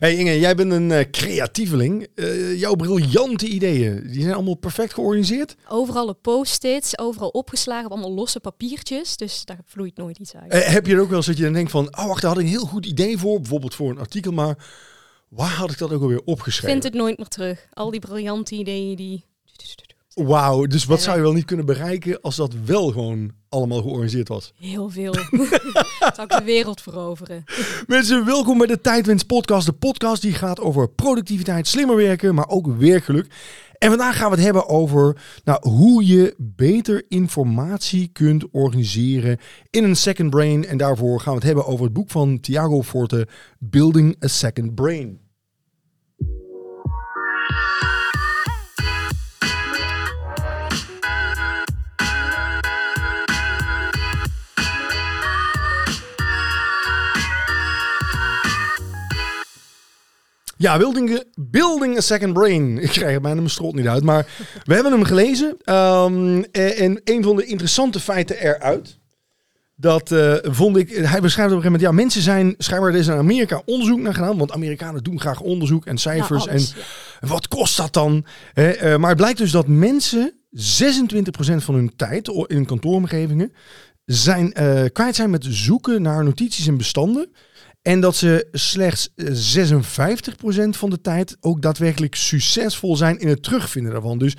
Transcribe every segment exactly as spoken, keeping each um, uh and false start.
Hey Inge, jij bent een uh, creatieveling. Uh, jouw briljante ideeën, die zijn allemaal perfect georganiseerd? Overal op post-its, overal opgeslagen op allemaal losse papiertjes. Dus daar vloeit nooit iets uit. Uh, heb je er ook wel eens dat je dan denkt van... oh, wacht, daar had ik een heel goed idee voor. Bijvoorbeeld voor een artikel, maar waar had ik dat ook alweer opgeschreven? Vind het nooit meer terug. Al die briljante ideeën die... Wauw, dus wat zou je wel niet kunnen bereiken als dat wel gewoon allemaal georganiseerd was? Heel veel. Zou ik de wereld veroveren. Mensen, welkom bij de Tijdwinst podcast. De podcast die gaat over productiviteit, slimmer werken, maar ook werkgeluk. En vandaag gaan we het hebben over nou, hoe je beter informatie kunt organiseren in een second brain. En daarvoor gaan we het hebben over het boek van Tiago Forte, Building a Second Brain. Ja, building, building a Second Brain. Ik krijg er bijna mijn strot niet uit, maar we hebben hem gelezen. Um, en een van de interessante feiten eruit, dat uh, vond ik, hij beschrijft op een gegeven moment, ja, mensen zijn, schijnbaar er is in Amerika onderzoek naar gedaan, want Amerikanen doen graag onderzoek en cijfers. Ja, alles, en ja. Wat kost dat dan? He, uh, maar het blijkt dus dat mensen zesentwintig procent van hun tijd in kantooromgevingen zijn, uh, kwijt zijn met zoeken naar notities en bestanden. En dat ze slechts zesenvijftig procent van de tijd ook daadwerkelijk succesvol zijn in het terugvinden daarvan. Dus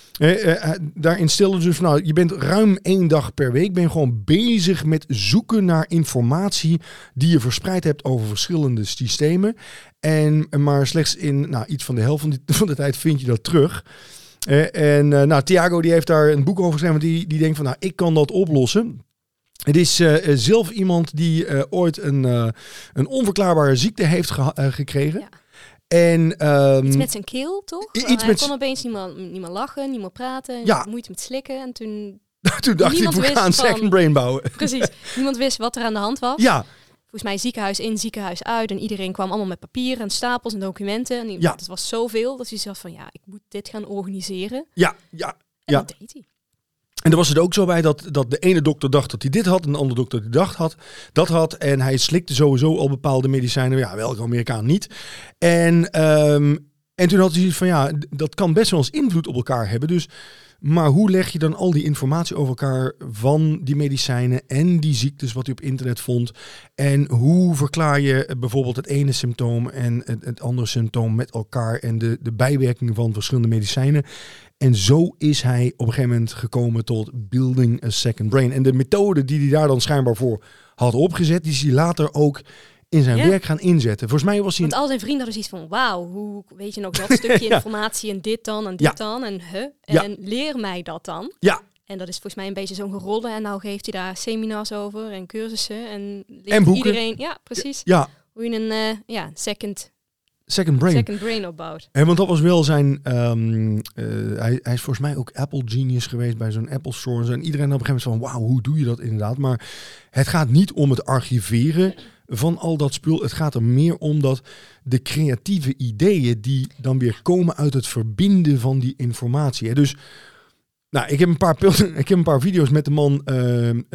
eh, eh, daarin stellen ze dus van, nou, je bent ruim één dag per week ben je gewoon bezig met zoeken naar informatie die je verspreid hebt over verschillende systemen. En maar slechts in nou, iets van de helft van, die, van de tijd vind je dat terug. Eh, en uh, nou, Tiago die heeft daar een boek over geschreven, die, die denkt van, nou, ik kan dat oplossen. Het is uh, zelf iemand die uh, ooit een, uh, een onverklaarbare ziekte heeft ge- uh, gekregen. Ja. En, um, iets met zijn keel, toch? Iets Hij met kon opeens niet meer, niet meer lachen, niet meer praten. Ja. Moeite met slikken. En toen, toen dacht ik, we gaan een second brain bouwen. Precies. Niemand wist wat er aan de hand was. Ja. Volgens mij ziekenhuis in, ziekenhuis uit. En iedereen kwam allemaal met papieren en stapels en documenten. En ja. Het was zoveel dat hij zegt van, ja, ik moet dit gaan organiseren. Ja, ja, en ja. dat deed hij. En er was het ook zo bij dat, dat de ene dokter dacht dat hij dit had en de andere dokter die dacht had, dat had. En hij slikte sowieso al bepaalde medicijnen. Ja, welke Amerikaan niet. En, um, en toen had hij zoiets van, ja, dat kan best wel eens invloed op elkaar hebben. Dus, maar hoe leg je dan al die informatie over elkaar van die medicijnen en die ziektes wat hij op internet vond? En hoe verklaar je bijvoorbeeld het ene symptoom en het, het andere symptoom met elkaar en de, de bijwerkingen van verschillende medicijnen? En zo is hij op een gegeven moment gekomen tot Building a Second Brain. En de methode die hij daar dan schijnbaar voor had opgezet, die is hij later ook in zijn ja. werk gaan inzetten. Volgens mij was hij... Want al zijn vrienden hadden zoiets van, wauw, hoe weet je nog dat stukje ja. informatie en dit dan en dit ja. dan en huh, en ja. leer mij dat dan. Ja. En dat is volgens mij een beetje zo'n gerolde. En nou geeft hij daar seminars over en cursussen en leert en boeken. Iedereen, ja, precies. Ja. Hoe je een uh, ja, second... Second brain. Second brain opbouwt. En want dat was wel zijn... Um, uh, hij, hij is volgens mij ook Apple Genius geweest bij zo'n Apple Store. En iedereen op een gegeven moment van, wauw, hoe doe je dat inderdaad? Maar het gaat niet om het archiveren van al dat spul. Het gaat er meer om dat de creatieve ideeën die dan weer komen uit het verbinden van die informatie. Hè? Dus... Nou, ik heb een paar ik heb een paar video's met de man uh, uh,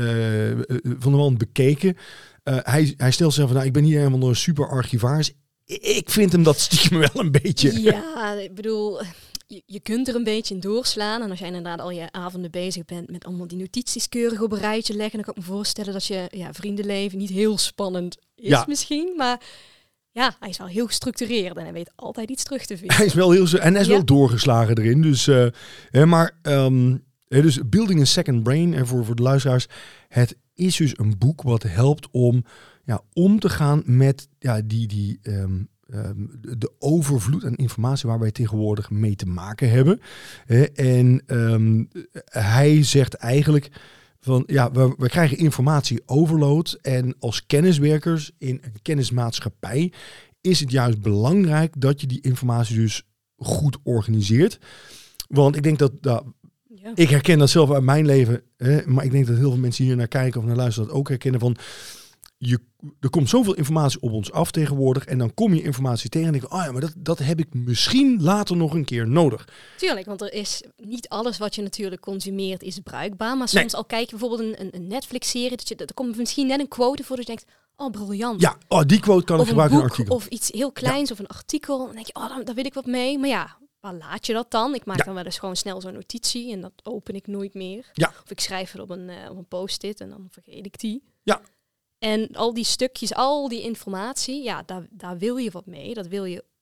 van de man bekeken. Uh, hij, hij stelt zich van, nou, ik ben niet helemaal een super archivaris. Ik vind hem dat stiekem wel een beetje. Ja, ik bedoel, je, je kunt er een beetje in doorslaan. En als jij inderdaad al je avonden bezig bent met allemaal die notities keurig op een rijtje leggen, dan kan ik me voorstellen dat je ja, vriendenleven niet heel spannend is ja. misschien. Maar ja, hij is wel heel gestructureerd en hij weet altijd iets terug te vinden. Hij is wel heel en hij is ja. wel doorgeslagen erin. Dus, uh, hè, maar um, hè, dus Building a Second Brain en voor, voor de luisteraars, het is dus een boek wat helpt om ja, om te gaan met ja, die, die um, um, de overvloed aan informatie waar wij tegenwoordig mee te maken hebben. Hè, en um, hij zegt eigenlijk van ja, we, we krijgen informatie overload en als kenniswerkers in een kennismaatschappij is het juist belangrijk dat je die informatie dus goed organiseert. Want ik denk dat, nou, ja. ik herken dat zelf uit mijn leven, hè, maar ik denk dat heel veel mensen hier naar kijken of naar luisteren dat ook herkennen van je, er komt zoveel informatie op ons af tegenwoordig. En dan kom je informatie tegen en denk je, oh ja, maar dat, dat heb ik misschien later nog een keer nodig. Tuurlijk, want er is niet alles wat je natuurlijk consumeert is bruikbaar. Maar soms Nee. al kijk je bijvoorbeeld een, een Netflix-serie, dat je, er komt misschien net een quote voor dat je denkt, oh briljant. Ja, oh, die quote kan ik Of een gebruiken in een boek artikel. of iets heel kleins of een artikel. Dan denk je, oh, daar, daar wil ik wat mee. Maar ja, waar laat je dat dan? Ik maak Ja. dan wel eens gewoon snel zo'n notitie en dat open ik nooit meer. Ja. Of ik schrijf het op een, uh, op een post-it en dan vergeet ik die. Ja. En al die stukjes, al die informatie, ja, daar, daar wil je wat mee. Dat wil je,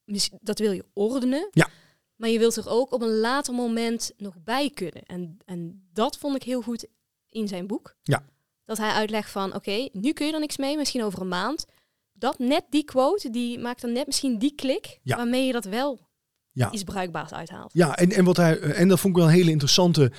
dat wil je ordenen. Ja. Maar je wilt er ook op een later moment nog bij kunnen. En, en dat vond ik heel goed in zijn boek. Ja. Dat hij uitlegt van, oké, okay, nu kun je er niks mee, misschien over een maand. Dat net die quote, die maakt dan net misschien die klik, Ja. waarmee je dat wel Ja. iets bruikbaars uithaalt. Ja, en, en, wat hij, en dat vond ik wel een hele interessante,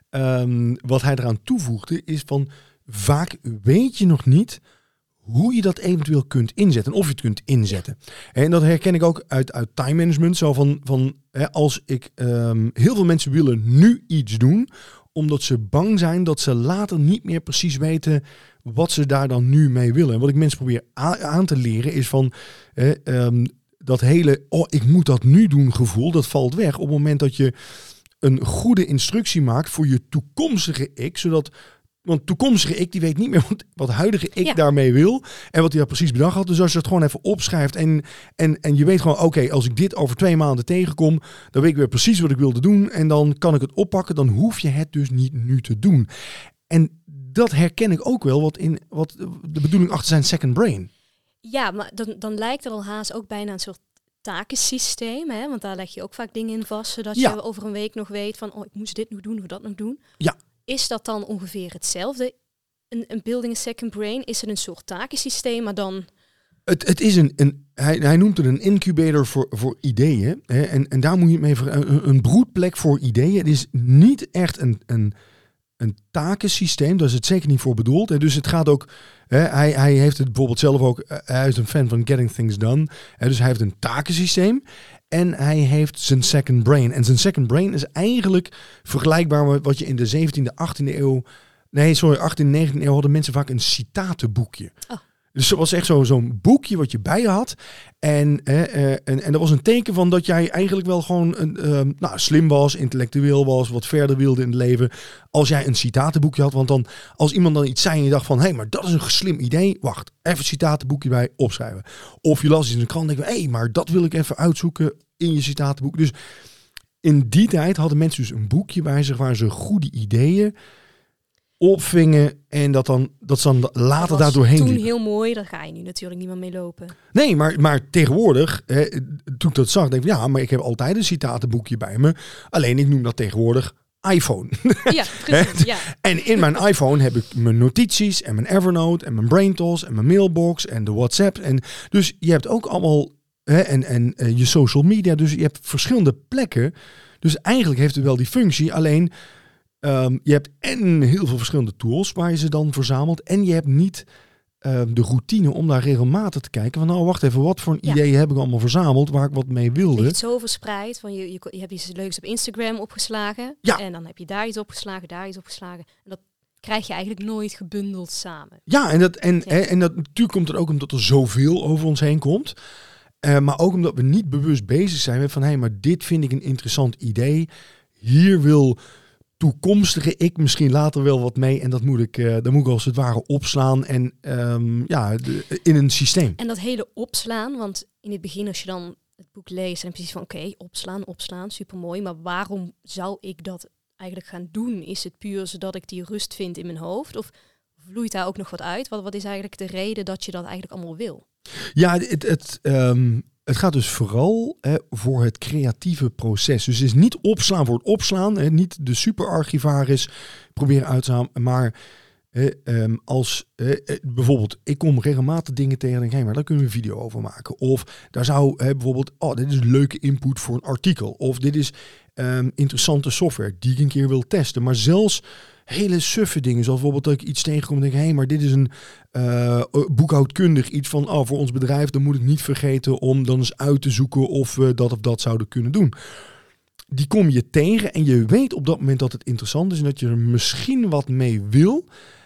um, wat hij eraan toevoegde, is van vaak weet je nog niet hoe je dat eventueel kunt inzetten. Of je het kunt inzetten. En dat herken ik ook uit, uit time management. Zo van, van hè, als ik, um, heel veel mensen willen nu iets doen, omdat ze bang zijn dat ze later niet meer precies weten wat ze daar dan nu mee willen. En wat ik mensen probeer a- aan te leren is van hè, um, dat hele, oh ik moet dat nu doen gevoel, dat valt weg op het moment dat je een goede instructie maakt voor je toekomstige ik, zodat, want toekomstige ik die weet niet meer wat, wat huidige ik Ja. daarmee wil en wat hij daar precies bedacht had. Dus als je het gewoon even opschrijft en, en, en je weet gewoon, oké, okay, als ik dit over twee maanden tegenkom, dan weet ik weer precies wat ik wilde doen en dan kan ik het oppakken, dan hoef je het dus niet nu te doen. En dat herken ik ook wel, wat, in, wat de bedoeling achter zijn second brain. Ja, maar dan, dan lijkt het al haast ook bijna een soort takensysteem, hè? Want daar leg je ook vaak dingen in vast, zodat Ja. je over een week nog weet van, oh, ik moest dit nog doen of dat nog doen. Ja. Is dat dan ongeveer hetzelfde? Een, een building a second brain, is het een soort takensysteem, maar dan... Het, het is een, een hij, hij noemt het een incubator voor, voor ideeën. Hè? En, en daar moet je het mee ver, een, een broedplek voor ideeën. Het is niet echt een, een, een takensysteem. Daar is het zeker niet voor bedoeld. Hè? Dus het gaat ook. Hè, hij, hij heeft het bijvoorbeeld zelf ook. Uh, hij is een fan van Getting Things Done. Hè? Dus hij heeft een takensysteem. En hij heeft zijn second brain. En zijn second brain is eigenlijk vergelijkbaar met wat je in de zeventiende, achttiende eeuw. Nee, sorry, achttiende, negentiende eeuw hadden mensen vaak een citatenboekje. Oh. Dus het was echt zo, zo'n boekje wat je bij je had. En, eh, eh, en, en dat was een teken van dat jij eigenlijk wel gewoon een, uh, nou, slim was, intellectueel was, wat verder wilde in het leven. Als jij een citatenboekje had. Want dan, als iemand dan iets zei en je dacht van, hé, hey, maar dat is een slim idee. Wacht, even een citatenboekje bij, opschrijven. Of je las iets in de krant en denk je, hé, hey, maar dat wil ik even uitzoeken in je citatenboek. Dus in die tijd hadden mensen dus een boekje bij zich waar ze goede ideeën opvingen en dat dan dat ze dan later dat daar doorheen toen liepen. heel mooi, daar ga je nu natuurlijk niet meer mee lopen. Nee, maar, maar tegenwoordig, hè, toen ik dat zag, denk ik, ja, maar ik heb altijd een citatenboekje bij me. Alleen ik noem dat tegenwoordig iPhone. Ja, precies. Ja. En in mijn iPhone heb ik mijn notities en mijn Evernote en mijn BrainTos en mijn mailbox en de WhatsApp. En dus je hebt ook allemaal hè, en, en uh, je social media. Dus je hebt verschillende plekken. Dus eigenlijk heeft het wel die functie. Alleen um, je hebt en heel veel verschillende tools waar je ze dan verzamelt. En je hebt niet um, de routine om daar regelmatig te kijken. Van nou, wacht even, wat voor Ja. ideeën heb ik allemaal verzameld waar ik wat mee wilde. Ligt zo verspreid. Van je, je, je hebt iets leuks op Instagram opgeslagen. Ja. En dan heb je daar iets opgeslagen, daar iets opgeslagen. En dat krijg je eigenlijk nooit gebundeld samen. Ja, en dat, en, Ja. en, en dat natuurlijk komt het ook omdat er zoveel over ons heen komt. Uh, maar ook omdat we niet bewust bezig zijn met van hé, hey, maar dit vind ik een interessant idee. Hier wil toekomstige ik misschien later wel wat mee. En dat moet ik, uh, dat moet ik als het ware opslaan en um, ja, de, in een systeem. En dat hele opslaan, want in het begin als je dan het boek leest en precies van oké, okay, opslaan, opslaan, supermooi. Maar waarom zou ik dat eigenlijk gaan doen? Is het puur zodat ik die rust vind in mijn hoofd? Of vloeit daar ook nog wat uit? Wat, wat is eigenlijk de reden dat je dat eigenlijk allemaal wil? Ja, het, het, um, het gaat dus vooral hè, voor het creatieve proces. Dus het is niet opslaan voor het opslaan. Hè, niet de superarchivaris proberen uit te halen. Maar hè, um, als hè, bijvoorbeeld, ik kom regelmatig dingen tegen en denk, hé, maar daar kunnen we een video over maken. Of daar zou hè, bijvoorbeeld, oh, dit is leuke input voor een artikel. Of dit is um, interessante software die ik een keer wil testen. Maar zelfs hele suffe dingen, zoals bijvoorbeeld dat ik iets tegenkom en denk, hé, hey, maar dit is een uh, boekhoudkundig iets van, oh, voor ons bedrijf, dan moet ik niet vergeten om dan eens uit te zoeken of we dat of dat zouden kunnen doen. Die kom je tegen en je weet op dat moment dat het interessant is en dat je er misschien wat mee wil.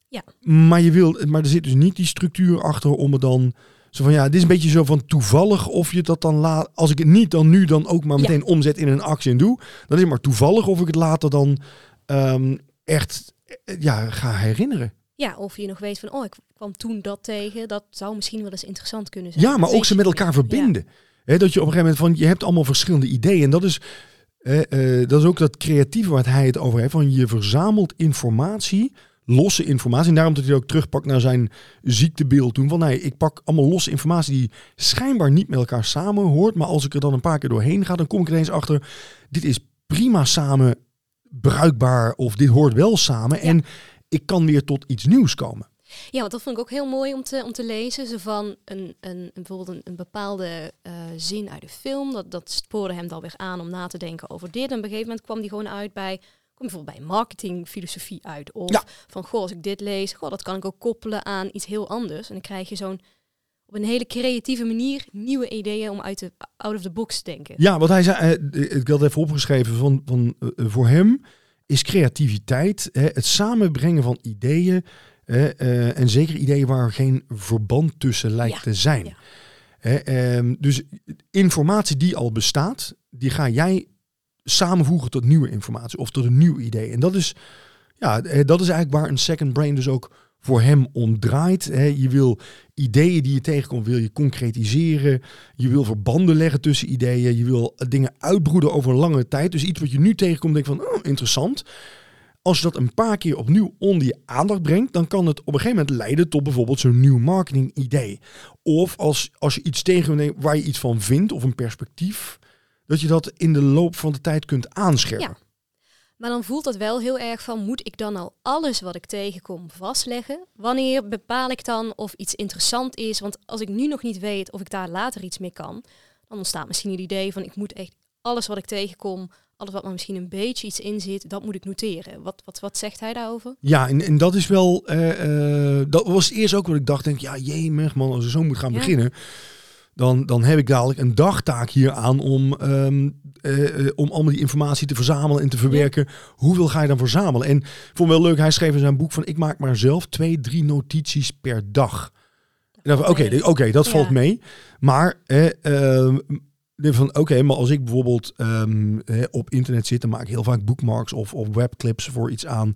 Ja. Maar, je wil, maar er zit dus niet die structuur achter om het dan... Zo van ja, dit is een beetje zo van toevallig of je dat dan laat... Als ik het niet dan nu dan ook maar meteen ja. omzet in een actie en doe. Dan is het maar toevallig of ik het later dan um, echt ja, ga herinneren. Ja, of je nog weet van, oh, ik kwam toen dat tegen. Dat zou misschien wel eens interessant kunnen zijn. Ja, maar ook ze met elkaar verbinden. Ja. He, dat je op een gegeven moment van, je hebt allemaal verschillende ideeën. En dat is, uh, uh, dat is ook dat creatieve waar hij het over heeft. Van je verzamelt informatie, losse informatie. En daarom dat hij ook terugpakt naar zijn ziektebeeld toen. Van, nee, ik pak allemaal losse informatie die schijnbaar niet met elkaar samenhoort. Maar als ik er dan een paar keer doorheen ga, dan kom ik ineens achter, dit is prima samen bruikbaar. Of dit hoort wel samen. Ja. En ik kan weer tot iets nieuws komen. Ja, want dat vond ik ook heel mooi om te, om te lezen. Zo van een, een, een, bijvoorbeeld een, een bepaalde uh, zin uit de film. Dat, dat spoorde hem dan weer aan om na te denken over dit. En op een gegeven moment kwam die gewoon uit bij... Kom bijvoorbeeld bij marketingfilosofie uit. Of ja. van, goh, als ik dit lees... Goh, dat kan ik ook koppelen aan iets heel anders. En dan krijg je zo'n... op een hele creatieve manier nieuwe ideeën om uit de out of the box te denken. Ja, wat hij zei... Uh, ik had even opgeschreven van... van uh, voor hem is creativiteit... Uh, het samenbrengen van ideeën... Uh, uh, en zeker ideeën waar geen verband tussen lijkt ja, te zijn. Ja. Uh, um, dus informatie die al bestaat, die ga jij samenvoegen tot nieuwe informatie of tot een nieuw idee. En dat is, ja, uh, dat is eigenlijk waar een second brain dus ook voor hem om draait. Uh, je wil ideeën die je tegenkomt, wil je concretiseren. Je wil verbanden leggen tussen ideeën. Je wil dingen uitbroeden over een lange tijd. Dus iets wat je nu tegenkomt, denk je van, oh, interessant. Als je dat een paar keer opnieuw onder je aandacht brengt, dan kan het op een gegeven moment leiden tot bijvoorbeeld zo'n nieuw marketing idee. Of als, als je iets tegenkomt waar je iets van vindt of een perspectief, dat je dat in de loop van de tijd kunt aanscherpen. Ja. Maar dan voelt dat wel heel erg van, moet ik dan al alles wat ik tegenkom vastleggen? Wanneer bepaal ik dan of iets interessant is? Want als ik nu nog niet weet of ik daar later iets mee kan, dan ontstaat misschien het idee van, ik moet echt alles wat ik tegenkom, alles wat er misschien een beetje iets in zit, dat moet ik noteren. Wat, wat, wat zegt hij daarover? Ja, en, en dat is wel... Uh, uh, dat was eerst ook wat ik dacht. Denk, ja, jemig man, als we zo moet gaan ja. beginnen... Dan, dan heb ik dadelijk een dagtaak hier aan om, um, uh, uh, om allemaal die informatie te verzamelen en te verwerken. Ja. Hoeveel ga je dan verzamelen? En ik vond wel leuk, hij schreef in zijn boek van, ik maak maar zelf twee, drie notities per dag. Oké, okay, okay, dat ja. valt mee. Maar... Uh, uh, Van oké, okay, maar als ik bijvoorbeeld um, op internet zit, dan maak ik heel vaak bookmarks of, of webclips voor iets aan.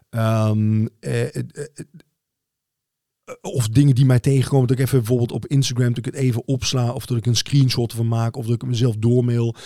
Um, eh, eh, eh, of dingen die mij tegenkomen, dat ik even bijvoorbeeld op Instagram dat ik het even opsla, of dat ik een screenshot van maak, of dat ik het mezelf doormail.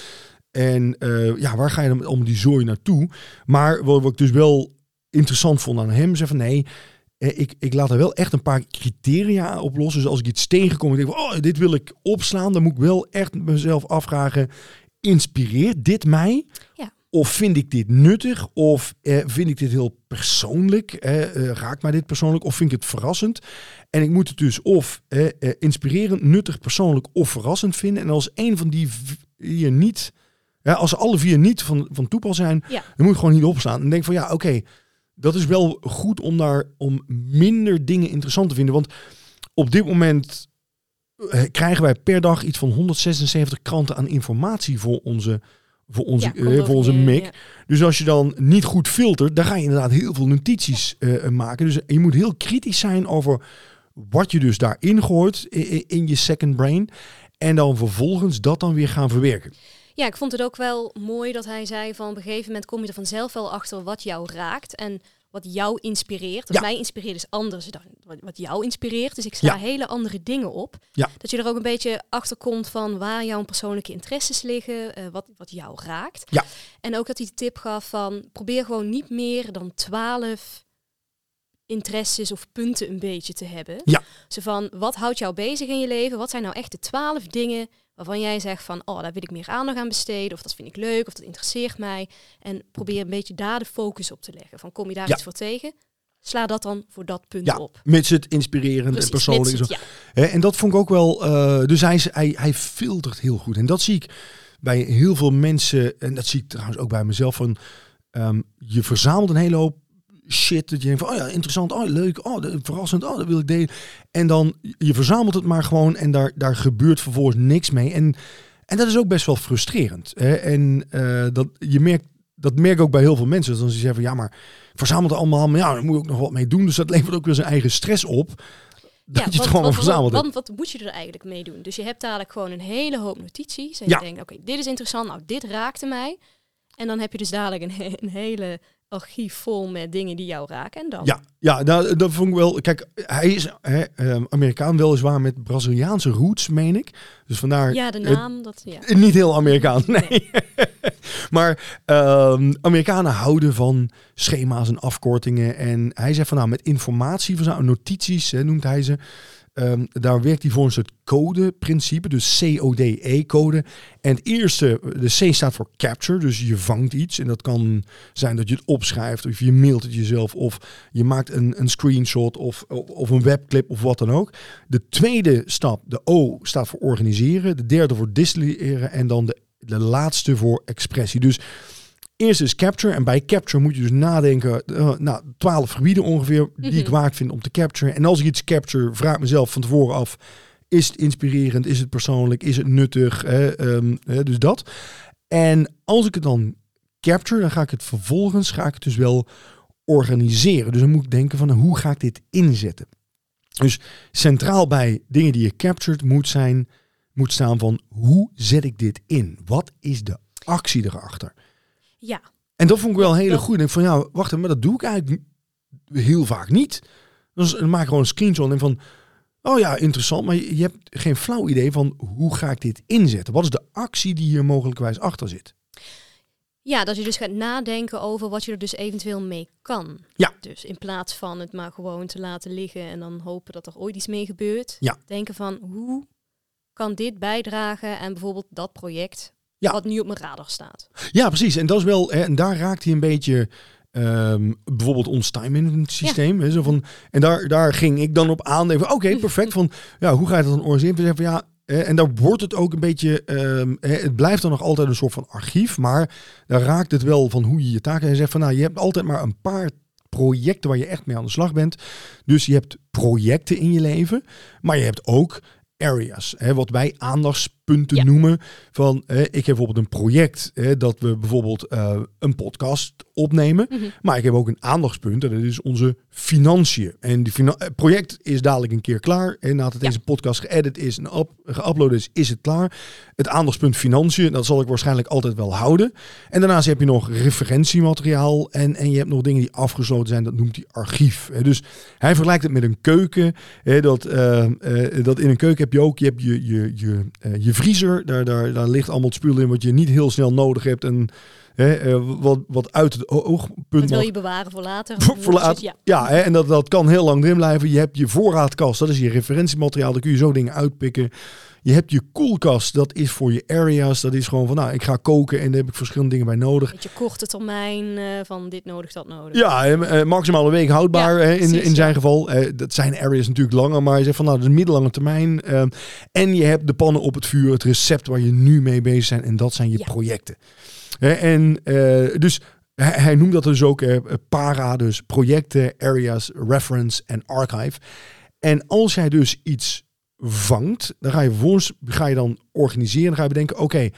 En uh, ja, waar ga je dan met allemaal die zooi naartoe? Maar wat, wat ik dus wel interessant vond aan hem, zei van nee, Ik, ik laat er wel echt een paar criteria op los. Dus als ik iets tegenkom en denk van, oh, dit wil ik opslaan, dan moet ik wel echt mezelf afvragen, inspireert dit mij? Ja. Of vind ik dit nuttig? Of eh, vind ik dit heel persoonlijk? Eh, uh, raakt mij dit persoonlijk? Of vind ik het verrassend? En ik moet het dus of eh, uh, inspirerend, nuttig, persoonlijk of verrassend vinden. En als een van die vier niet, ja, als alle vier niet van, van toepassing zijn, ja. dan moet ik gewoon niet opslaan. En denk van, ja, oké, okay, dat is wel goed om daar om minder dingen interessant te vinden. Want op dit moment uh, krijgen wij per dag iets van honderdzesenzeventig kranten aan informatie voor onze, voor onze, ja, uh, voor onze M I C. Ja. Dus als je dan niet goed filtert, dan ga je inderdaad heel veel notities uh, maken. Dus je moet heel kritisch zijn over wat je dus daarin gooit in, in je second brain. En dan vervolgens dat dan weer gaan verwerken. Ja, ik vond het ook wel mooi dat hij zei van op een gegeven moment kom je er vanzelf wel achter wat jou raakt en wat jou inspireert. Wat ja. mij inspireert is anders dan wat jou inspireert. Dus ik sla ja. hele andere dingen op. Ja. Dat je er ook een beetje achter komt van waar jouw persoonlijke interesses liggen, uh, wat, wat jou raakt. Ja. En ook dat hij de tip gaf van probeer gewoon niet meer dan twaalf interesses of punten een beetje te hebben. Ja. Zo van, wat houdt jou bezig in je leven? Wat zijn nou echt de twaalf dingen waarvan jij zegt van, oh, daar wil ik meer aandacht aan besteden, of dat vind ik leuk, of dat interesseert mij. En probeer een beetje daar de focus op te leggen. Van, kom je daar ja. iets voor tegen? Sla dat dan voor dat punt ja, op. Mits het inspirerend Precies, en persoonlijk. Het, zo. Ja. He, en dat vond ik ook wel, uh, dus hij, hij, hij filtert heel goed. En dat zie ik bij heel veel mensen, en dat zie ik trouwens ook bij mezelf, van um, je verzamelt een hele hoop shit, dat je denkt van, oh ja, interessant, oh leuk, oh verrassend, oh dat wil ik delen. En dan, je verzamelt het maar gewoon en daar, daar gebeurt vervolgens niks mee. En, en dat is ook best wel frustrerend. Hè? En uh, dat, je merkt dat merk ik ook bij heel veel mensen. Dan ze zeggen van, ja, maar verzamelt er allemaal, maar ja, daar moet je ook nog wat mee doen. Dus dat levert ook weer zijn eigen stress op. Dat ja, je wat, het gewoon wat, verzameld wat, hebt. wat, wat moet je er eigenlijk mee doen? Dus je hebt dadelijk gewoon een hele hoop notities. En Ja. je denkt, oké, okay, dit is interessant. Nou, dit raakte mij. En dan heb je dus dadelijk een, een hele archief vol met dingen die jou raken. En dan? Ja, ja nou, dat vond ik wel... Kijk, hij is hè, Amerikaan weliswaar met Braziliaanse roots, meen ik. Dus vandaar... Ja, de naam. Uh, dat, ja. Niet heel Amerikaans, nee. nee. Maar um, Amerikanen houden van schema's en afkortingen. En hij zegt van nou, met informatie, van notities, hè, noemt hij ze. Um, daar werkt hij voor een soort codeprincipe, dus C O D E-code. En het eerste, de C staat voor capture, dus je vangt iets. En dat kan zijn dat je het opschrijft, of je mailt het jezelf, of je maakt een, een screenshot, of, of een webclip, of wat dan ook. De tweede stap, de O, staat voor organiseren. De derde voor distilleren. En dan de, de laatste voor expressie. Dus eerst is capture. En bij capture moet je dus nadenken. Uh, nou, twaalf gebieden ongeveer die mm-hmm. ik waard vind om te capturen. En als ik iets capture, vraag ik mezelf van tevoren af. Is het inspirerend? Is het persoonlijk? Is het nuttig? Eh, um, eh, dus dat. En als ik het dan capture, dan ga ik het vervolgens ga ik het dus wel organiseren. Dus dan moet ik denken van hoe ga ik dit inzetten? Dus centraal bij dingen die je captured moet zijn, moet staan van hoe zet ik dit in? Wat is de actie erachter? Ja. En dat vond ik wel een hele goede. Ik van ja, wacht even, maar dat doe ik eigenlijk heel vaak niet. Dus dan maak ik gewoon een screenshot en van, oh ja, interessant, maar je, je hebt geen flauw idee van hoe ga ik dit inzetten? Wat is de actie die hier mogelijkwijs achter zit? Ja, dat je dus gaat nadenken over wat je er dus eventueel mee kan. Ja. Dus in plaats van het maar gewoon te laten liggen en dan hopen dat er ooit iets mee gebeurt. Ja. Denken van, hoe kan dit bijdragen aan bijvoorbeeld dat project ja. wat nu op mijn radar staat. Ja, precies. En dat is wel, hè, en daar raakt hij een beetje um, bijvoorbeeld ons time management systeem. Ja. Hè, zo van, en daar, daar ging ik dan op aan. Oké, okay, perfect. Van ja, hoe ga je dat dan organiseren? We zeggen van ja. En daar wordt het ook een beetje, um, het blijft dan nog altijd een soort van archief, maar daar raakt het wel van hoe je je taken. En zegt van nou, je hebt altijd maar een paar projecten waar je echt mee aan de slag bent. Dus je hebt projecten in je leven, maar je hebt ook areas, hè, wat wij aandachtspunten ja. noemen. Van, hè, ik heb bijvoorbeeld een project, hè, dat we bijvoorbeeld uh, een podcast opnemen. Mm-hmm. Maar ik heb ook een aandachtspunt en dat is onze financiën. En die fina- het project is dadelijk een keer klaar. En nadat ja. deze podcast geëdit is en up, geüpload is, is het klaar. Het aandachtspunt financiën, dat zal ik waarschijnlijk altijd wel houden. En daarnaast heb je nog referentiemateriaal en, en je hebt nog dingen die afgesloten zijn. Dat noemt hij archief. Hè. Dus hij vergelijkt het met een keuken. Hè, dat, uh, uh, dat in een keuken heb je ook, je hebt je, je, je, uh, je vriezer. Daar, daar, daar ligt allemaal het spul in wat je niet heel snel nodig hebt. En Hè, uh, wat, wat uit het oogpunt. Dat wil je bewaren voor later. Voor, voor later. Ja, ja hè, en dat, dat kan heel lang erin blijven. Je hebt je voorraadkast, dat is je referentiemateriaal. Daar kun je zo dingen uitpikken. Je hebt je koelkast, dat is voor je areas. Dat is gewoon van, nou, ik ga koken en daar heb ik verschillende dingen bij nodig. Met je korte termijn uh, van dit nodig, dat nodig. Ja, uh, maximaal een week houdbaar ja, hè, in, precies, in zijn ja. geval. Uh, dat zijn areas natuurlijk langer, maar je zegt van, nou, dat is middellange termijn. Uh, en je hebt de pannen op het vuur, het recept waar je nu mee bezig bent. En dat zijn je ja. projecten. Uh, en uh, dus hij, hij noemt dat dus ook uh, para, dus projecten, areas, reference en archive. En als jij dus iets vangt, dan ga je vervolgens ga je dan organiseren. Dan ga je bedenken, oké, okay,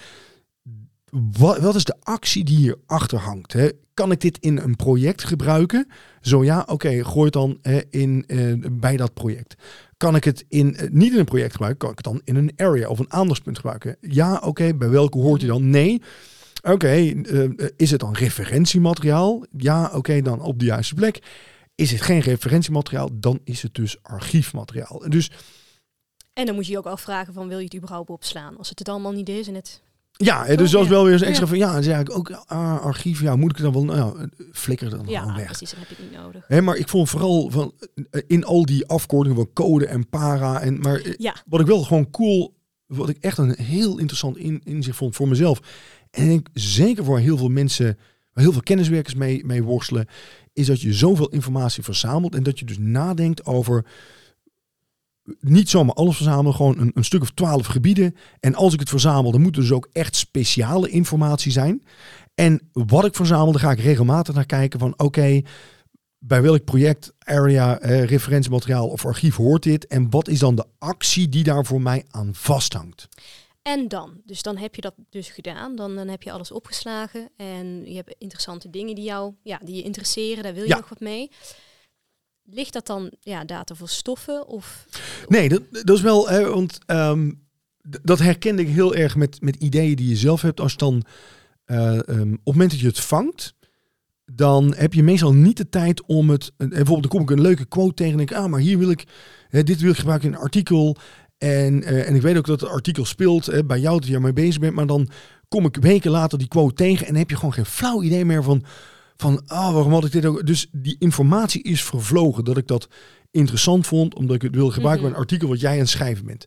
wat, wat is de actie die hierachter hangt? Hè? Kan ik dit in een project gebruiken? Zo ja, oké, okay, gooi het dan hè, in, uh, bij dat project. Kan ik het in, uh, niet in een project gebruiken? Kan ik het dan in een area of een aandachtspunt gebruiken? Ja, oké, okay, bij welke hoort hij dan? Nee. Oké, okay, uh, is het dan referentiemateriaal? Ja, oké, okay, dan op de juiste plek. Is het geen referentiemateriaal? Dan is het dus archiefmateriaal. Dus en dan moet je je ook afvragen van, wil je het überhaupt opslaan? Als het het allemaal niet is en het... Ja, dus oh, dat is wel weer eens extra ja. van, ja, dan zeg ik ook, ah, archief, ja, moet ik het dan wel, nou, flikker dan ja, gewoon weg. Ja, precies, dan heb je het niet nodig. Hè, maar ik vond vooral van, in al die afkortingen van code en para, en maar ja. wat ik wel gewoon cool, wat ik echt een heel interessant in, inzicht vond voor mezelf, en ik denk zeker voor heel veel mensen, waar heel veel kenniswerkers mee, mee worstelen, is dat je zoveel informatie verzamelt en dat je dus nadenkt over niet zomaar alles verzamelen, gewoon een, een stuk of twaalf gebieden. En als ik het verzamel, dan moet er dus ook echt speciale informatie zijn. En wat ik verzamel, daar ga ik regelmatig naar kijken van oké, okay, bij welk project, area, eh, referentiemateriaal of archief hoort dit? En wat is dan de actie die daar voor mij aan vasthangt? En dan? Dus dan heb je dat dus gedaan. Dan, dan heb je alles opgeslagen. En je hebt interessante dingen die jou, ja, die je interesseren. Daar wil je Ja. nog wat mee. Ligt dat dan ja, data voor stoffen? Of? Nee, dat, dat is wel, hè, want um, d- dat herkende ik heel erg met, met ideeën die je zelf hebt. Als je dan, uh, um, op het moment dat je het vangt, dan heb je meestal niet de tijd om het, en bijvoorbeeld dan kom ik een leuke quote tegen en denk ik, ah, maar hier wil ik, hè, dit wil ik gebruiken in een artikel. En, uh, en ik weet ook dat het artikel speelt hè, bij jou dat je ermee bezig bent, maar dan kom ik weken later die quote tegen en dan heb je gewoon geen flauw idee meer van, van ah, waarom had ik dit ook? Dus die informatie is vervlogen dat ik dat interessant vond, omdat ik het wil gebruiken Mm-hmm. bij een artikel wat jij aan het schrijven bent.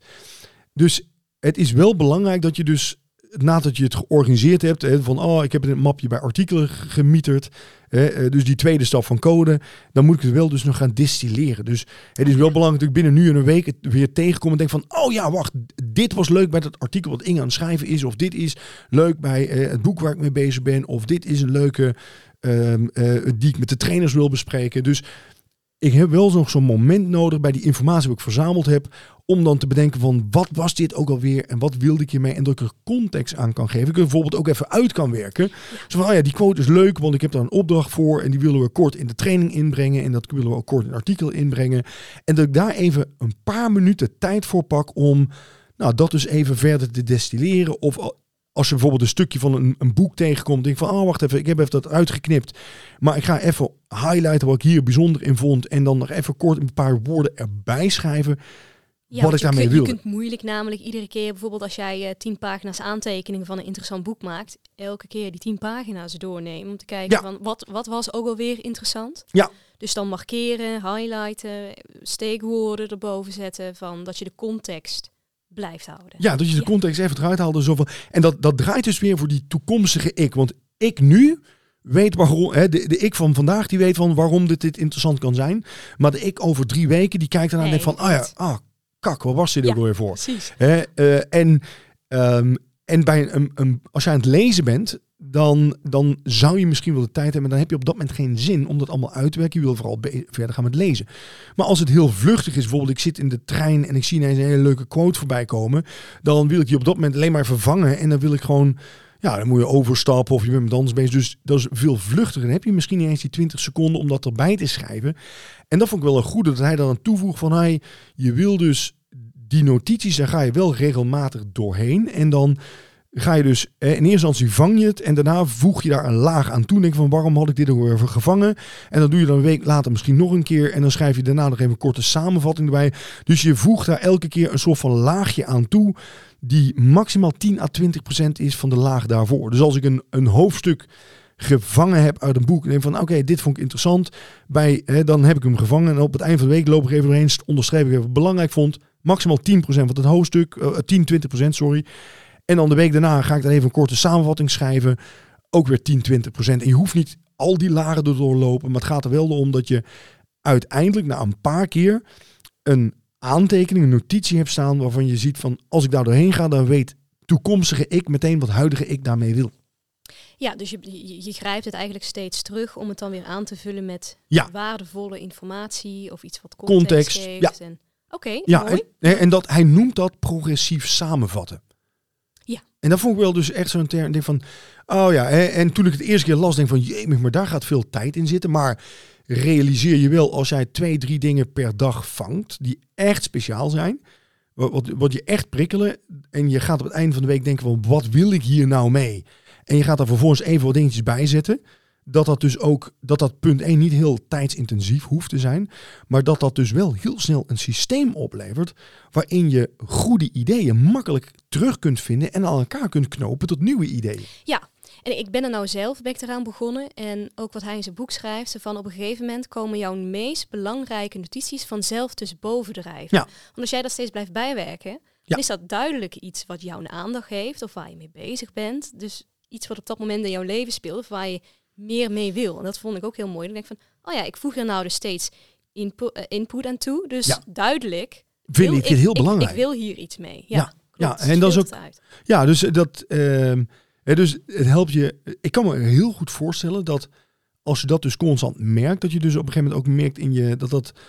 Dus het is wel belangrijk dat je dus, nadat je het georganiseerd hebt, hè, van oh, ik heb een mapje bij artikelen g- gemieterd, hè, dus die tweede stap van code, dan moet ik het wel dus nog gaan distilleren. Dus het is wel belangrijk dat ik binnen nu en een week het weer tegenkom en denk van, oh ja, wacht, dit was leuk bij dat artikel wat Inge aan het schrijven is, of dit is leuk bij eh, het boek waar ik mee bezig ben, of dit is een leuke um, uh, die ik met de trainers wil bespreken. Dus ik heb wel nog zo'n moment nodig bij die informatie die ik verzameld heb, om dan te bedenken van wat was dit ook alweer en wat wilde ik hiermee en dat ik er context aan kan geven. Ik er bijvoorbeeld ook even uit kan werken. Ja. Zo van, oh ja, die quote is leuk, want ik heb daar een opdracht voor en die willen we kort in de training inbrengen en dat willen we ook kort in een artikel inbrengen. En dat ik daar even een paar minuten tijd voor pak om nou, dat dus even verder te destilleren. Of als je bijvoorbeeld een stukje van een, een boek tegenkomt, denk ik van, oh wacht even, ik heb even dat uitgeknipt. Maar ik ga even highlighten wat ik hier bijzonder in vond en dan nog even kort een paar woorden erbij schrijven. Ja, wat ik je daarmee kun, wilde. Je kunt moeilijk namelijk iedere keer, bijvoorbeeld als jij uh, tien pagina's aantekeningen van een interessant boek maakt, elke keer die tien pagina's doornemen om te kijken Ja. van wat, wat was ook alweer interessant. Ja. Dus dan markeren, highlighten, steekwoorden erboven zetten van dat je de context blijft houden. Ja, dat je de Ja. context even eruit haalde. Zo van, en dat, dat draait dus weer voor die toekomstige ik. Want ik nu weet waarom, hè, de, de ik van vandaag die weet van waarom dit, dit interessant kan zijn. Maar de ik over drie weken die kijkt ernaar Nee, en denkt van, ah ja, niet. ah, kak, wat was dit Ja. ook weer voor? Precies. Hè, uh, en, um, en bij een, een, als je aan het lezen bent, dan, dan zou je misschien wel de tijd hebben, maar dan heb je op dat moment geen zin om dat allemaal uit te werken. Je wil vooral be- verder gaan met lezen. Maar als het heel vluchtig is, bijvoorbeeld ik zit in de trein en ik zie ineens een hele leuke quote voorbij komen, dan wil ik die op dat moment alleen maar vervangen en dan wil ik gewoon, ja, dan moet je overstappen of je bent met anders bezig. Dus dat is veel vluchtiger. Dan heb je misschien niet eens die twintig seconden om dat erbij te schrijven. En dat vond ik wel een goede, dat hij dan aan toevoegt van, hey, je wil dus die notities, daar ga je wel regelmatig doorheen en dan ga je dus, eh, in eerste instantie vang je het en daarna voeg je daar een laag aan toe. Denk van, waarom had ik dit ook even gevangen? En dan doe je dan een week later misschien nog een keer en dan schrijf je daarna nog even een korte samenvatting erbij. Dus je voegt daar elke keer een soort van laagje aan toe die maximaal tien à twintig procent is van de laag daarvoor. Dus als ik een, een hoofdstuk gevangen heb uit een boek en denk van, oké, okay, dit vond ik interessant, bij, hè, dan heb ik hem gevangen en op het eind van de week loop ik even doorheen, onderschrijf ik even wat ik belangrijk vond. Maximaal tien procent van het hoofdstuk, uh, tien, twintig procent, sorry. En dan de week daarna ga ik dan even een korte samenvatting schrijven. Ook weer tien, twintig procent. En je hoeft niet al die lagen te doorlopen. Maar het gaat er wel om dat je uiteindelijk na een paar keer een aantekening, een notitie hebt staan waarvan je ziet van, als ik daar doorheen ga, dan weet toekomstige ik meteen wat huidige ik daarmee wil. Ja, dus je, je, je grijpt het eigenlijk steeds terug om het dan weer aan te vullen met Ja. waardevolle informatie of iets wat context, Context, geeft. ja. En, Oké, Ja, mooi. en, en dat, hij noemt dat progressief samenvatten. Ja. En dat vond ik wel dus echt zo'n term. Denk van, oh ja, hè, en toen ik het eerste keer las, denk van, jee, maar daar gaat veel tijd in zitten. Maar realiseer je wel, als jij twee, drie dingen per dag vangt, die echt speciaal zijn, wat, wat, wat je echt prikkelen, en je gaat op het einde van de week denken van, wat wil ik hier nou mee? En je gaat daar vervolgens even wat dingetjes bij zetten. Dat dat dus ook, dat dat punt één niet heel tijdsintensief hoeft te zijn. Maar dat dat dus wel heel snel een systeem oplevert waarin je goede ideeën makkelijk terug kunt vinden en aan elkaar kunt knopen tot nieuwe ideeën. Ja, en ik ben er nou zelf, ben ik eraan begonnen. En ook wat hij in zijn boek schrijft, zo van op een gegeven moment komen jouw meest belangrijke notities vanzelf tussen boven drijven. Ja. Want als jij dat steeds blijft bijwerken, Ja. dan is dat duidelijk iets wat jouw aandacht heeft of waar je mee bezig bent. Dus iets wat op dat moment in jouw leven speelt of waar je meer mee wil. En dat vond ik ook heel mooi. Dan denk ik van, oh ja, ik voeg er nou dus steeds input, uh, input aan toe. Dus Ja. duidelijk Vind wil ik het heel belangrijk. Ik, ik wil hier iets mee. Ja, Ja, klopt. ja, en dat is Speelt ook- het uit. Ja, dus dat, ehm, hè, dus het helpt je. Ik kan me heel goed voorstellen dat als je dat dus constant merkt, dat je dus op een gegeven moment ook merkt in je dat dat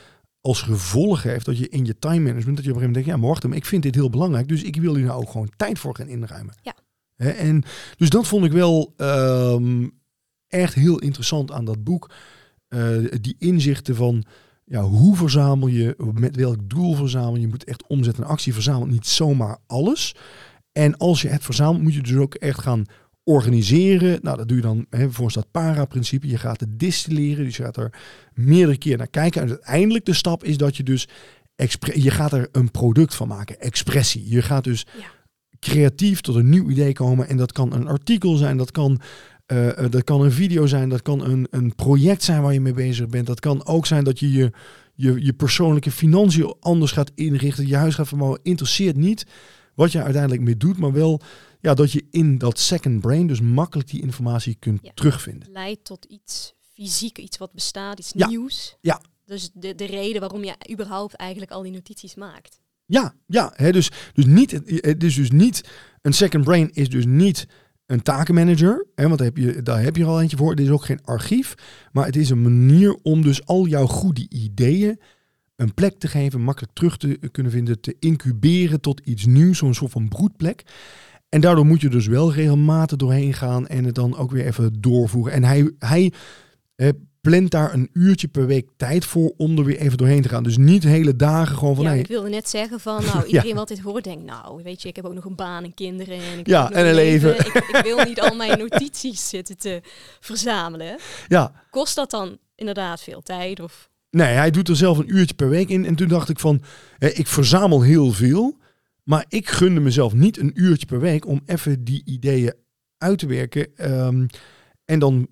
als gevolg heeft dat je in je time management, dat je op een gegeven moment denkt, ja, maar wacht, maar ik vind dit heel belangrijk, dus ik wil hier nou ook gewoon tijd voor gaan inruimen. Ja. He, en dus dat vond ik wel um, echt heel interessant aan dat boek. Uh, die inzichten van, ja, hoe verzamel je, met welk doel verzamel je, je moet echt omzetten en actie verzamelen, niet zomaar alles. En als je het verzamelt, moet je dus ook echt gaan organiseren. Nou, dat doe je dan, hè, volgens dat para-principe. Je gaat het distilleren, dus je gaat er meerdere keer naar kijken. En uiteindelijk de stap is dat je dus, expre- je gaat er een product van maken, expressie. Je gaat dus Ja. creatief tot een nieuw idee komen. En dat kan een artikel zijn, dat kan, uh, dat kan een video zijn, dat kan een, een project zijn waar je mee bezig bent. Dat kan ook zijn dat je je, je, je persoonlijke financiën anders gaat inrichten. Je huis gaat verbouwen. Interesseert niet wat je uiteindelijk mee doet, maar wel ja, dat je in dat second brain dus makkelijk die informatie kunt Ja. terugvinden. Leidt tot iets fysiek, iets wat bestaat, iets Ja. nieuws. Ja. Dus de, de reden waarom je überhaupt eigenlijk al die notities maakt. Ja, ja hè, dus, dus niet, het is dus niet, een second brain is dus niet een takenmanager, hè, want daar heb, je, daar heb je er al eentje voor. Het is ook geen archief, maar het is een manier om dus al jouw goede ideeën een plek te geven, makkelijk terug te kunnen vinden, te incuberen tot iets nieuws, zo'n soort van broedplek. En daardoor moet je dus wel regelmatig doorheen gaan en het dan ook weer even doorvoeren. En hij, hij eh, plant daar een uurtje per week tijd voor om er weer even doorheen te gaan. Dus niet hele dagen gewoon van... Ja, hey, ik wilde net zeggen van, nou, iedereen wat dit hoort denkt, nou, weet je, ik heb ook nog een baan en kinderen. En ik Ja, heb ook nog en een leven. Ik, ik wil niet al mijn notities zitten te verzamelen. ja, Kost dat dan inderdaad veel tijd? Of... nee, hij doet er zelf een uurtje per week in. En toen dacht ik van, eh, ik verzamel heel veel, maar ik gunde mezelf niet een uurtje per week om even die ideeën uit te werken. Um, en dan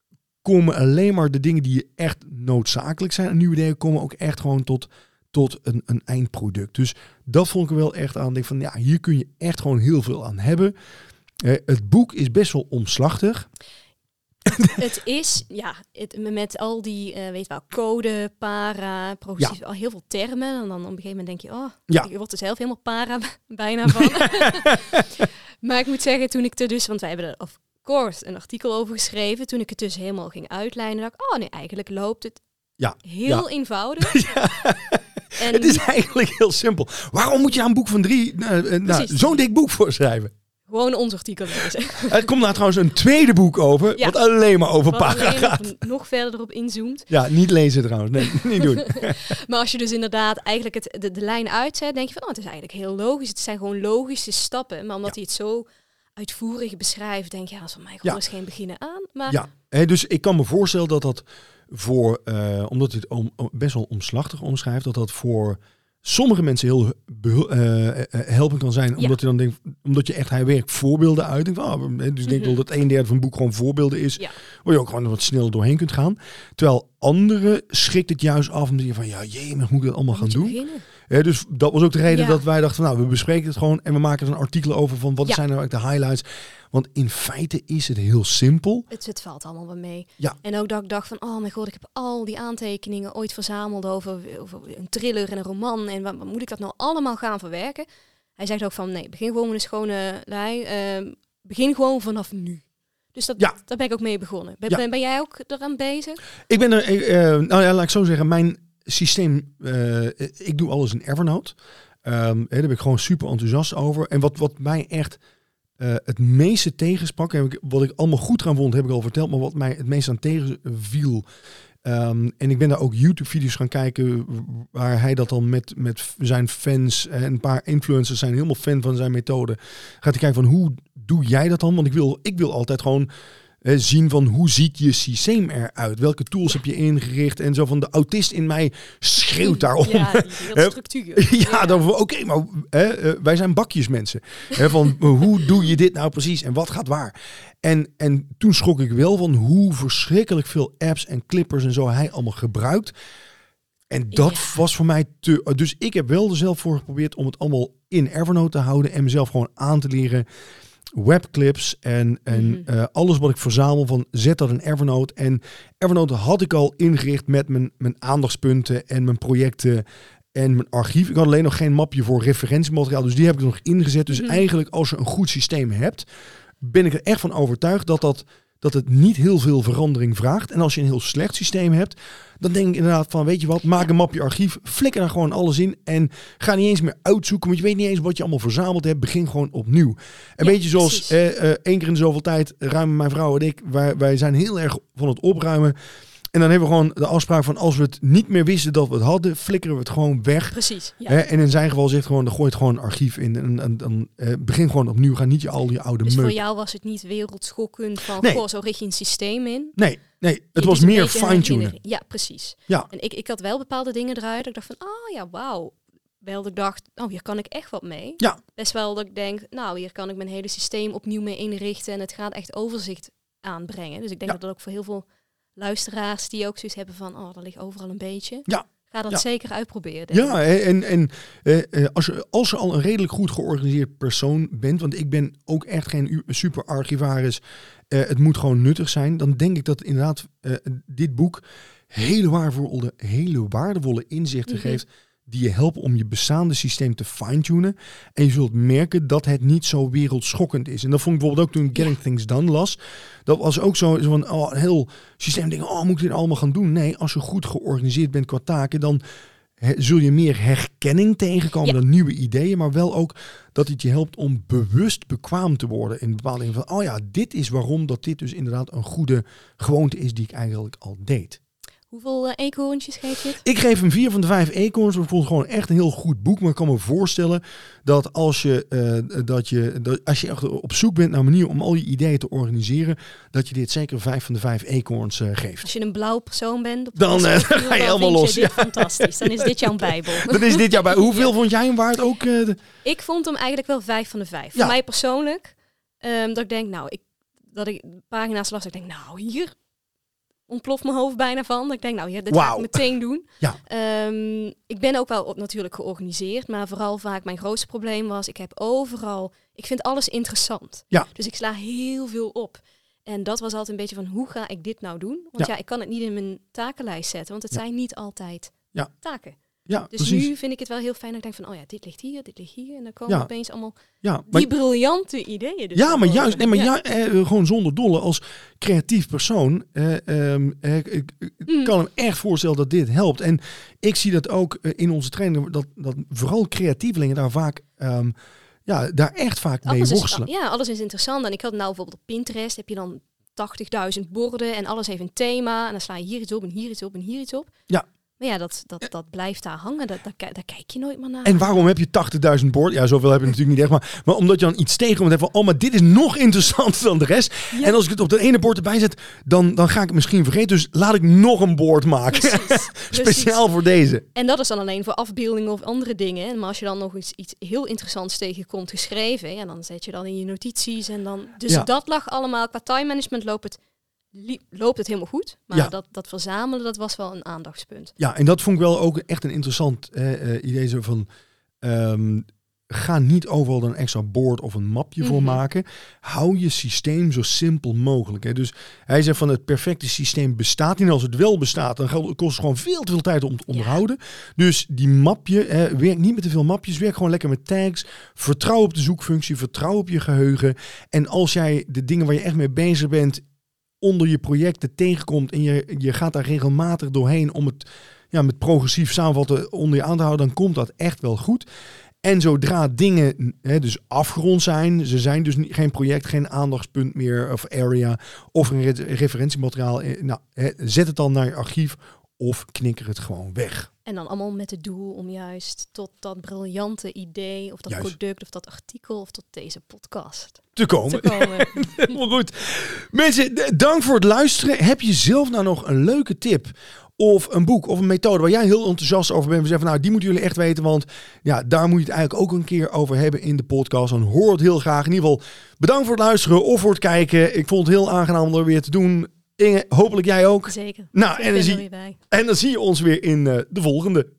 komen alleen maar de dingen die echt noodzakelijk zijn. En nieuwe ideeën komen ook echt gewoon tot, tot een, een eindproduct. Dus dat vond ik er wel echt aan. Denk van, ja, hier kun je echt gewoon heel veel aan hebben. Uh, het boek is best wel omslachtig. Het is, ja, het, met al die, uh, weet je wel, code, para, progressief, ja. al heel veel termen. En dan op een gegeven moment denk je, oh, ja. je wordt er zelf helemaal para bijna van. Maar ik moet zeggen, toen ik er dus, want wij hebben er of course een artikel over geschreven. Toen ik het dus helemaal ging uitlijnen, dacht ik, oh nee, eigenlijk loopt het ja. heel ja. eenvoudig. Ja. En het is eigenlijk heel simpel. Waarom moet je aan een boek van drie, uh, uh, nou, zo'n dik boek voor schrijven? Gewoon ons artikel lezen. Er komt nou trouwens een tweede boek over, ja. wat alleen maar over para gaat. Nog verder erop inzoomt. Ja, niet lezen trouwens. Nee, niet doen. Maar als je dus inderdaad eigenlijk het, de, de lijn uitzet, denk je van, oh, het is eigenlijk heel logisch. Het zijn gewoon logische stappen. Maar omdat ja. hij het zo uitvoerig beschrijft, denk je, ja, dat is van mij gewoon eens ja. geen beginnen aan. Maar... Ja, He, dus ik kan me voorstellen dat dat voor, uh, omdat hij het om, best wel omslachtig omschrijft, dat dat voor sommige mensen heel behul- uh, helpend kan zijn, omdat, ja. je dan denkt, omdat je echt hij werkt voorbeelden uit. Denk, oh, dus ik denk mm-hmm. wel dat een derde van het boek gewoon voorbeelden is, ja. waar je ook gewoon wat sneller doorheen kunt gaan. Terwijl anderen schrikt het juist af omdat je van, ja, jee, maar moet ik dat allemaal gaan doen? Ja, dus dat was ook de reden ja. dat wij dachten van, nou, we bespreken het gewoon en we maken er een artikel over van wat ja. zijn nou eigenlijk de highlights. Want in feite is het heel simpel. Het, het valt allemaal wel mee. Ja. En ook dat ik dacht van, oh mijn god, ik heb al die aantekeningen ooit verzameld over, over een thriller en een roman. En wat, wat moet ik dat nou allemaal gaan verwerken? Hij zegt ook van, nee, begin gewoon met een schone lei. Uh, begin gewoon vanaf nu. Dus dat, ja. daar ben ik ook mee begonnen. Ben, ja. ben, ben jij ook eraan bezig? Ik ben er, uh, nou ja, laat ik zo zeggen, mijn systeem, uh, ik doe alles in Evernote. Um, daar ben ik gewoon super enthousiast over. En wat, wat mij echt uh, het meeste tegensprak, heb ik, wat ik allemaal goed gaan vond, heb ik al verteld, maar wat mij het meest aan tegenviel. Um, en ik ben daar ook YouTube-video's gaan kijken waar hij dat dan met, met zijn fans en een paar influencers zijn helemaal fan van zijn methode. Gaat hij kijken van hoe doe jij dat dan? Want ik wil, ik wil altijd gewoon uh, zien van hoe ziet je systeem eruit? Welke tools heb je ingericht? En zo van de autist in mij schreeuwt daarom. Ja, die structuur. ja, ja, dan van oké, okay, maar hè, uh, wij zijn bakjesmensen. Hè, van uh, hoe doe je dit nou precies en wat gaat waar? En, en toen schrok ik wel van hoe verschrikkelijk veel apps en clippers en zo hij allemaal gebruikt. En dat ja. was voor mij te... Dus ik heb wel er zelf voor geprobeerd om het allemaal in Evernote te houden en mezelf gewoon aan te leren. Webclips en, en mm-hmm. uh, alles wat ik verzamel van zet dat in Evernote. En Evernote had ik al ingericht met mijn, mijn aandachtspunten en mijn projecten en mijn archief. Ik had alleen nog geen mapje voor referentiemateriaal, dus die heb ik er nog ingezet. Dus mm-hmm. eigenlijk als je een goed systeem hebt, ben ik er echt van overtuigd dat dat dat het niet heel veel verandering vraagt. En als je een heel slecht systeem hebt, dan denk ik inderdaad van, weet je wat, maak een mapje archief, flikker er gewoon alles in en ga niet eens meer uitzoeken, want je weet niet eens wat je allemaal verzameld hebt. Begin gewoon opnieuw. Een ja, beetje zoals eh, uh, één keer in de zoveel tijd ruimen mijn vrouw en ik, wij, wij zijn heel erg van het opruimen. En dan hebben we gewoon de afspraak van, als we het niet meer wisten dat we het hadden, flikkeren we het gewoon weg. Precies. Ja. Hè? En in zijn geval zegt gewoon, dan gooi je het gewoon een archief in. En, en dan uh, begin gewoon opnieuw. Ga niet je al die oude Dus meuk. voor jou was het niet wereldschokkend van, nee. goh, zo richt je een systeem in. Nee, nee. Het Dit was meer fine-tunen. Ja, precies. Ja. En ik, ik had wel bepaalde dingen eruit. Ik dacht van, oh ja, wauw. Wel dat ik dacht, oh, hier kan ik echt wat mee. Ja. Best wel dat ik denk, nou, hier kan ik mijn hele systeem opnieuw mee inrichten. En het gaat echt overzicht aanbrengen. Dus ik denk ja. dat dat ook voor heel veel luisteraars die ook zoiets hebben van, oh, dat ligt overal een beetje. Ja. Ga dat ja. zeker uitproberen. Denk ja, ik. en, en eh, als, je, als je al een redelijk goed georganiseerd persoon bent, want ik ben ook echt geen super archivaris, uh, het moet gewoon nuttig zijn, dan denk ik dat inderdaad uh, dit boek hele waardevolle, hele waardevolle inzichten mm-hmm. geeft die je helpen om je bestaande systeem te fine-tunen. En je zult merken dat het niet zo wereldschokkend is. En dat vond ik bijvoorbeeld ook toen ik Getting ja. Things Done las. Dat was ook zo, zo van, oh, een heel systeem denken, oh, moet ik dit allemaal gaan doen? Nee, als je goed georganiseerd bent qua taken, dan he, zul je meer herkenning tegenkomen ja. dan nieuwe ideeën, maar wel ook dat het je helpt om bewust bekwaam te worden in bepaalde dingen van, oh ja, dit is waarom dat dit dus inderdaad een goede gewoonte is die ik eigenlijk al deed. Hoeveel uh, eekhoorntjes geef je het? Ik geef hem vier van de vijf eekhoorns. Ik vond het gewoon echt een heel goed boek. Maar ik kan me voorstellen dat als je, uh, dat je, dat als je echt op zoek bent naar een manier om al je ideeën te organiseren, dat je dit zeker vijf van de vijf eekhoorns uh, geeft. Als je een blauw persoon bent, op dan uh, ga je helemaal los. Je dit ja. fantastisch. Dan is dit jouw bijbel. Dan is dit jouw bijbel. Hoeveel ja. vond jij hem waard? Ook, uh, de... Ik vond hem eigenlijk wel vijf van de vijf. Ja. Voor mij persoonlijk. Um, dat ik denk, nou, ik, dat ik pagina's las. Ik denk, nou, hier ontploft mijn hoofd bijna van. Dat ik denk, nou ja, dit wow. ga ik meteen doen. Ja. Um, ik ben ook wel op, natuurlijk georganiseerd, maar vooral vaak mijn grootste probleem was, ik heb overal, ik vind alles interessant. Ja. Dus ik sla heel veel op. En dat was altijd een beetje van, hoe ga ik dit nou doen? Want ja, ja ik kan het niet in mijn takenlijst zetten, want het ja. zijn niet altijd ja. taken. Ja, dus precies. Nu vind ik het wel heel fijn dat ik denk van, oh ja, dit ligt hier, dit ligt hier. En dan komen ja. opeens allemaal ja, die briljante ideeën. Dus ja, maar juist, nee, maar ja. ja, eh, gewoon zonder dolle als creatief persoon. Eh, um, eh, ik ik mm. kan hem echt voorstellen dat dit helpt. En ik zie dat ook uh, in onze training, dat, dat vooral creatievelingen daar vaak, um, ja, daar echt vaak mee alles worstelen. Is, ja, alles is interessant. En ik had nou bijvoorbeeld op Pinterest, heb je dan tachtigduizend borden en alles heeft een thema. En dan sla je hier iets op en hier iets op en hier iets op. Ja. Maar ja, dat, dat, dat blijft daar hangen. Dat, dat, daar kijk je nooit meer naar. En waarom heb je tachtigduizend borden? Ja, zoveel heb je natuurlijk niet echt. Maar, maar omdat je dan iets tegenkomt en van, oh, maar dit is nog interessanter dan de rest. Ja. En als ik het op dat ene bord erbij zet, dan, dan ga ik het misschien vergeten. Dus laat ik nog een bord maken. Precies, Speciaal precies. voor deze. En dat is dan alleen voor afbeeldingen of andere dingen. Maar als je dan nog iets, iets heel interessants tegenkomt geschreven, ja, dan zet je dan in je notities. En dan, dus ja. dat lag allemaal, qua time management loopt het loopt het helemaal goed. Maar ja. dat, dat verzamelen, dat was wel een aandachtspunt. Ja, en dat vond ik wel ook echt een interessant uh, uh, idee. Zo van, um, ga niet overal een extra bord of een mapje mm-hmm. voor maken. Hou je systeem zo simpel mogelijk. Hè. Dus hij zegt van, het perfecte systeem bestaat niet. En als het wel bestaat, dan kost het gewoon veel te veel tijd om te onderhouden. Ja. Dus die mapje, uh, werk niet met te veel mapjes. Werk gewoon lekker met tags. Vertrouw op de zoekfunctie. Vertrouw op je geheugen. En als jij de dingen waar je echt mee bezig bent onder je projecten tegenkomt en je, je gaat daar regelmatig doorheen om het ja, met progressief samenvatten onder je aan te houden, dan komt dat echt wel goed. En zodra dingen hè, dus afgerond zijn, ze zijn dus niet, geen project, geen aandachtspunt meer of area of een re- referentiemateriaal, nou, hè, zet het dan naar je archief of knikker het gewoon weg. En dan allemaal met het doel om juist tot dat briljante idee of dat juist. product of dat artikel of tot deze podcast te komen. Te komen. Helemaal goed. Mensen, dank voor het luisteren. Heb je zelf nou nog een leuke tip of een boek of een methode waar jij heel enthousiast over bent? We zeggen van, nou, die moeten jullie echt weten, want ja, daar moet je het eigenlijk ook een keer over hebben in de podcast. Dan hoor het heel graag. In ieder geval, bedankt voor het luisteren of voor het kijken. Ik vond het heel aangenaam om er weer te doen. Inge, hopelijk jij ook. Zeker. Nou, en dan, zie, en dan zie je ons weer in uh, de volgende.